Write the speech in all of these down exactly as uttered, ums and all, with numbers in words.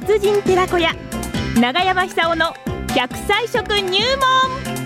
達人寺子屋長山久夫の百歳食入門。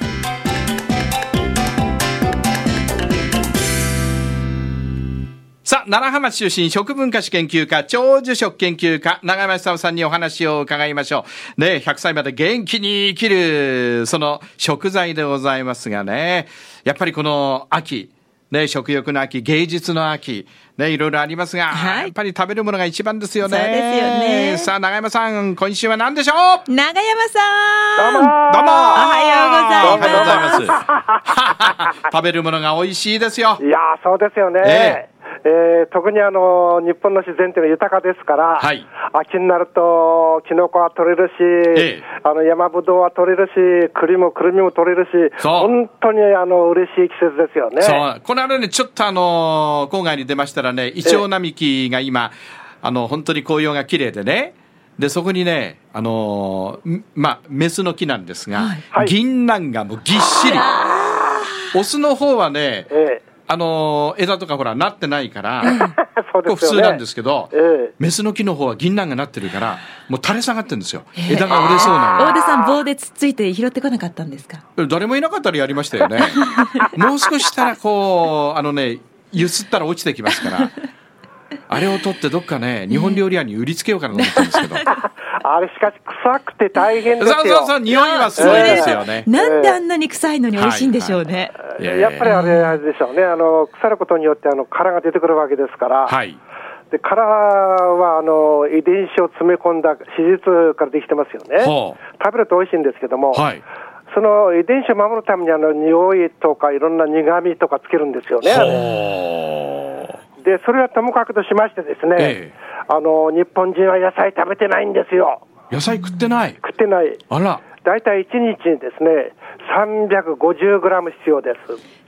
さあ、奈良浜市出身食文化史研究家長寿食研究家長山久夫さんにお話を伺いましょうね。ひゃくさいまで元気に生きるその食材でございますがね、やっぱりこの秋ね、食欲の秋、芸術の秋ね、いろいろありますが、はい、やっぱり食べるものが一番ですよね。 そうですよね。 さあ、長山さん、今週は何でしょう。 長山さん、 どうもどうも、おはようございます。 おはようございます食べるものが美味しいですよ。 いやー、そうですよね。えーえー、特にあの日本の自然っていうのは豊かですから、はい、秋になるとキノコは取れるし、えー、あの山ぶどうは取れるし、栗もくるみも取れるし、本当にあの嬉しい季節ですよね。 そう、この間ね、ちょっとあの郊外に出ましたらね、イチョウ並木が今、えー、あの本当に紅葉が綺麗でね、でそこにね、あのまあメスの木なんですが、はい、銀杏がもうぎっしり、オスの方はね、えーあの枝とかほらなってないからそうですよね、普通なんですけど、えー、メスの木の方は銀杏がなってるからもう垂れ下がってるんですよ、えー、枝が折れそうなの。 大出さん棒でつっついて拾ってこなかったんですか。 誰もいなかったらやりましたよねもう少ししたらこうあのねゆすったら落ちてきますからあれを取ってどっかね日本料理屋に売りつけようかなと思ったんですけどあれしかし臭くて大変ですよ。 そうそうそう、匂いはすごいですよね。 なんであんなに臭いのに美味しいんでしょうね。 はいはい、やっぱりあれあれでしょうね。あの腐ることによってあの殻が出てくるわけですから、はい、で殻はあの遺伝子を詰め込んだ史実からできてますよね。食べると美味しいんですけども、はい、その遺伝子を守るためにあの匂いとかいろんな苦味とかつけるんですよね。でそれはともかくとしましてですね、ええ、あの日本人は野菜食べてないんですよ。 野菜食ってない食ってない。 あら、 だいたいいちにちにですねさんびゃくごじゅうグラム必要です。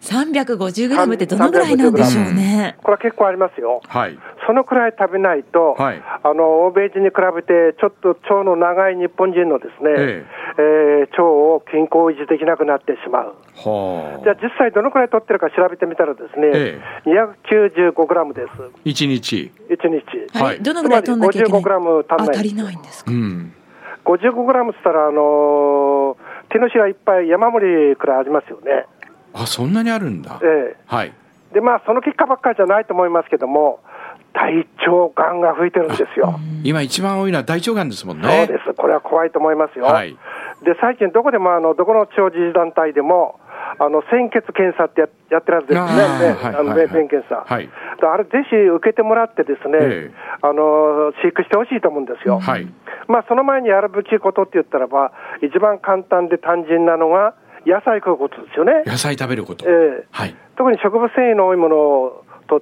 さんびゃくごじゅうグラムってどのぐらいなんでしょうね。 これは結構ありますよ、はい、そのくらい食べないと、はい、あの欧米人に比べてちょっと腸の長い日本人のですね、えええー、腸を健康維持できなくなってしまう。はあ、じゃあ実際どのくらい取ってるか調べてみたらですね、ええ、にひゃくきゅうじゅうごグラムです。いちにちいちにち、 はい、どのぐらい取んなきゃいけない。 ごじゅうごグラム足んない。 あ、足りないんですか。うん、 ごじゅうごグラムって言ったら、あのー、手のひらいっぱい山盛りくらいありますよね。 あ、そんなにあるんだ。 ええ、はい。でまあその結果ばっかりじゃないと思いますけども、大腸がんが増えてるんですよ。 今一番多いのは大腸がんですもんね。 そうです。これは怖いと思いますよ。はい、で最近どこでもあのどこの地方自治団体でもあの鮮血検査って や, やってるはずですね。あの便検査、はい、あれぜひ受けてもらってですね、えー、あの飼育してほしいと思うんですよ。はい、まあその前にやるべきことって言ったらば一番簡単で単純なのが野菜食うことですよね。 野菜食べること、えーはい、特に植物繊維の多いものを取って、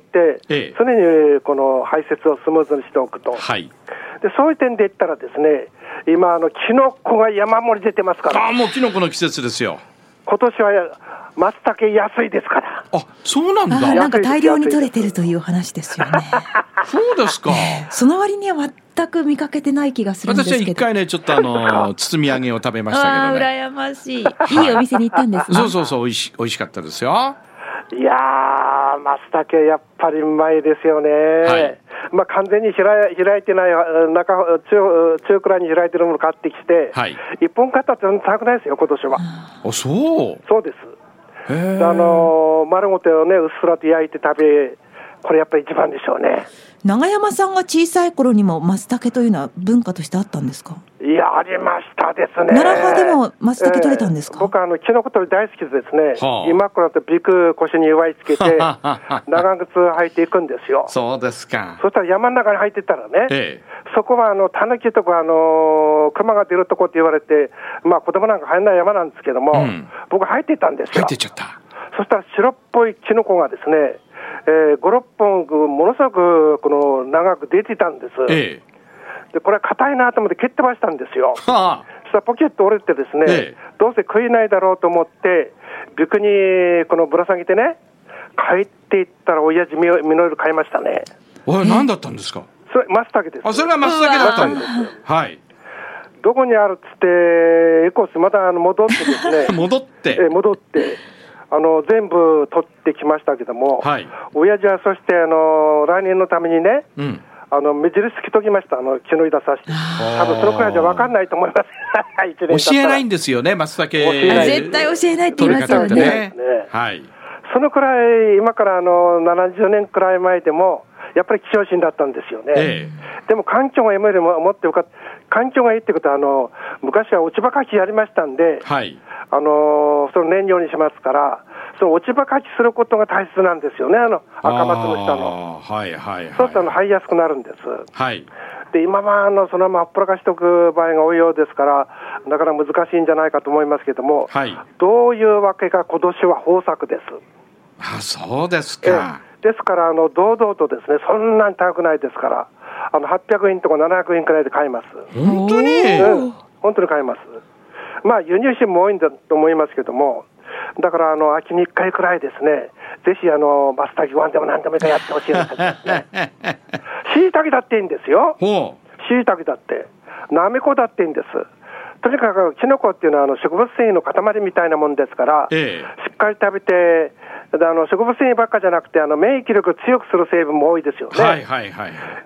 えー、常にこの排泄をスムーズにしておくと、はい、でそういう点で言ったらですね、今あのキノコが山盛り出てますから。 あ、もうキノコの季節ですよ。 今年は松茸安いですから。 あ、そうなんだ。 あ、なんか大量に取れてるという話ですよねそうですか、 えー、その割には全く見かけてない気がするんですけど。 私は一回ねちょっとあの包み揚げを食べましたけどね。 あ、羨ましい。いいお店に行ったんですね。 そうそうそう、おいし、おいしかったですよ。 いやー、松茸やっぱりうまいですよね。はい、まあ、完全に開い、開いてない中 中, 中くらいに開いてるものを買ってきて、はい、いっぽん買ったって高くないですよ今年は。 あ、そうそうです。あのー、丸ごとをねうっすらと焼いて食べ、これやっぱり一番でしょうね。 長山さんが小さい頃にも松茸というのは文化としてあったんですか。 いや、ありましたですね。 奈良派でも松茸取れたんですか。 えー、僕はあのキノコ取り大好きでですね、はあ、今この後ビク腰に祝いつけて長靴履いていくんですよ。 そうですか。 そしたら山の中に入っていったらね、ええ、そこはあのタヌキとかあの熊が出るとこって言われて、まあ子供なんか入んない山なんですけども、うん、僕入っていったんですよ。 入ってっちゃった。 そしたら白っぽいキノコがですね、えー、ご、ろっぽんものすごくこの長く出てたんです。ええ、でこれは硬いなと思って蹴ってましたんですよ。はあ、そしたらポキッと折れてですね、ええ、どうせ食えないだろうと思ってビクにこのぶら下げてね帰っていったら親父実の色買いましたね。 おい、何だったんですか。 それ松茸です。 あ、それが松茸だったんです。はい。 どこにあるっつってエコスまたあの戻ってですね戻ってえ戻ってあの全部取ってきましたけども、はい、親父はそしてあの来年のためにね、うん、 あの目印つけときました、あの木の枝刺して、多分そのくらいじゃ分かんないと思います教えないんですよね、松茸絶対教えないって言いますよね。 ね、はい、そのくらい今からあのななじゅうねんくらい前でもやっぱり希少種だったんですよね、ええ、でも環境が今よりももってよかった。環境がいいってことはあの昔は落ち葉かきやりましたんで、はい、あのその燃料にしますから、その落ち葉かきすることが大切なんですよね、あの赤松の下の、はいはいはい、そうするとあの生えやすくなるんです、はい、で今はあのそのままほっぽらかしておく場合が多いようですから、だから難しいんじゃないかと思いますけども、はい、どういうわけか今年は豊作です。 あ、そうですか。 えですからあの堂々とですね、そんなに高くないですから、あのはっぴゃくえんとかななひゃくえんくらいで買えます。 本当に、 うん、本当に買えます。まあ輸入品も多いんだと思いますけども、だからあの秋にいっかいくらいですね、ぜひあのマスターギご飯でも何でもいいかやってほしいですね。しいたけだっていいんですよ。しいたけだってなめこだっていいんです。とにかくキノコっていうのはあの植物繊維の塊みたいなもんですから、ええ、しっかり食べて、あの植物繊維ばっかじゃなくてあの免疫力を強くする成分も多いですよね。はいはいはい、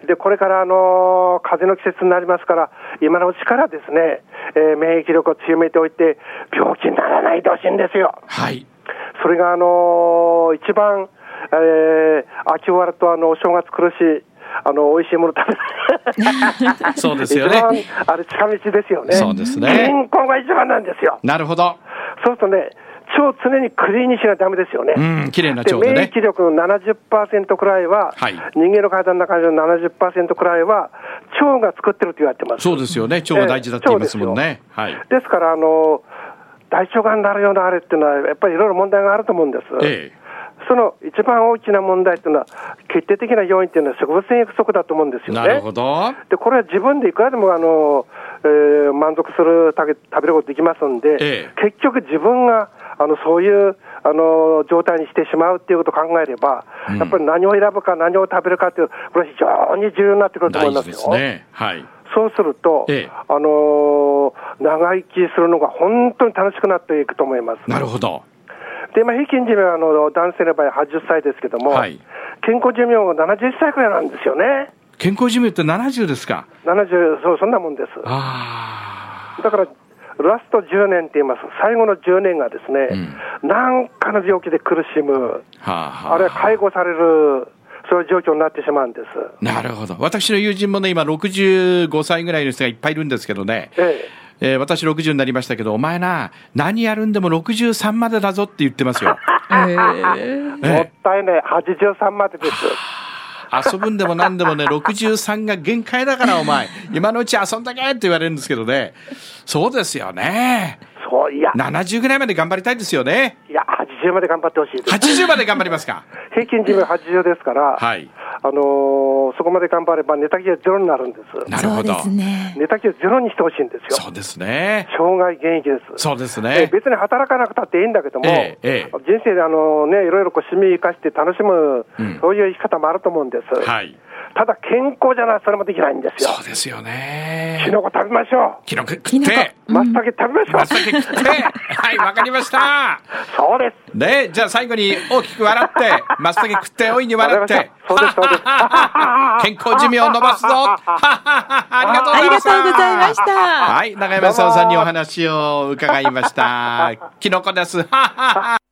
でこれからあの風邪の季節になりますから、今のうちからですね、えー、免疫力を強めておいて病気にならないでほしいんですよ。はい、それがあのー、一番、えー、秋終わるとあのお正月来るし、あの美味しいもの食べるそうですよね。 一番あれ近道ですよね。 そうですね。 健康が一番なんですよ。 なるほど。 そうするとね、腸を常にクリーンにしないとダメですよね。 うん、きれいな腸でね。 で免疫力の ななじゅっパーセント くらいは、はい、人間の体の中の ななじゅっパーセント くらいは腸が作ってると言われてます。 そうですよね。腸が大事だって言いますもんね。 えー、はい、ですからあの大腸がんになるようなあれっていうのはやっぱりいろいろ問題があると思うんです。えーその一番大きな問題というのは、決定的な要因というのは植物繊維不足だと思うんですよね。 なるほど。 でこれは自分でいくらでもあの、えー、満足する食べ、食べることできますんで、ええ、結局自分があのそういうあの状態にしてしまうということを考えれば、うん、やっぱり何を選ぶか何を食べるかという、これは非常に重要になってくると思いますよ。大事ですね。はい、そうすると、ええ、あのー、長生きするのが本当に楽しくなっていくと思います。 なるほど。 で今平均寿命はあの男性の場合はちじゅっさいですけども、はい、健康寿命はななじゅっさいくらいなんですよね。 健康寿命ってななじゅうですか。 ななじゅう、そう、そんなもんです。あ、だからラストじゅうねんって言います、最後のじゅうねんがですね、うん、なんかの病気で苦しむ、はあはあ、あるいは介護される、そういう状況になってしまうんです。 なるほど。私の友人もね、今ろくじゅうごさいぐらいの人がいっぱいいるんですけどね、えええー、私ろくじゅうになりましたけど、お前な何やるんでもろくじゅうさんまでだぞって言ってますよ。えー、もったいない、はちじゅうさんまでです。 遊ぶんでも何でもねろくじゅうさんが限界だからお前今のうち遊んだけって言われるんですけどね。そうですよね。そう、いやななじゅうぐらいまで頑張りたいですよね。いやはちじゅうまで頑張ってほしいです。 はちじゅうまで頑張りますか。 平均寿命はちじゅうですから、はい、あのー、そこまで頑張れば寝たきりはゼロになるんです。 なるほど。そうですね、寝たきりはゼロにしてほしいんですよ。 そうですね。 生涯現役です。 そうですね、 えー、別に働かなくたっていいんだけども、えーえー、人生であの、ね、いろいろこう趣味生かして楽しむ、うん、そういう生き方もあると思うんです。はい、ただ健康じゃないそれもできないんですよ。 そうですよね。 キノコ食べましょう。 キノコ食って松茸食べましょう。 松茸食ってはい、わかりました。 そうですね。じゃあ最後に大きく笑って松茸食って大いに笑ってそうですそうです健康寿命を伸ばすぞありがとうございました。 ありがとうございました。 はい、永山さんにお話を伺いました。キノコです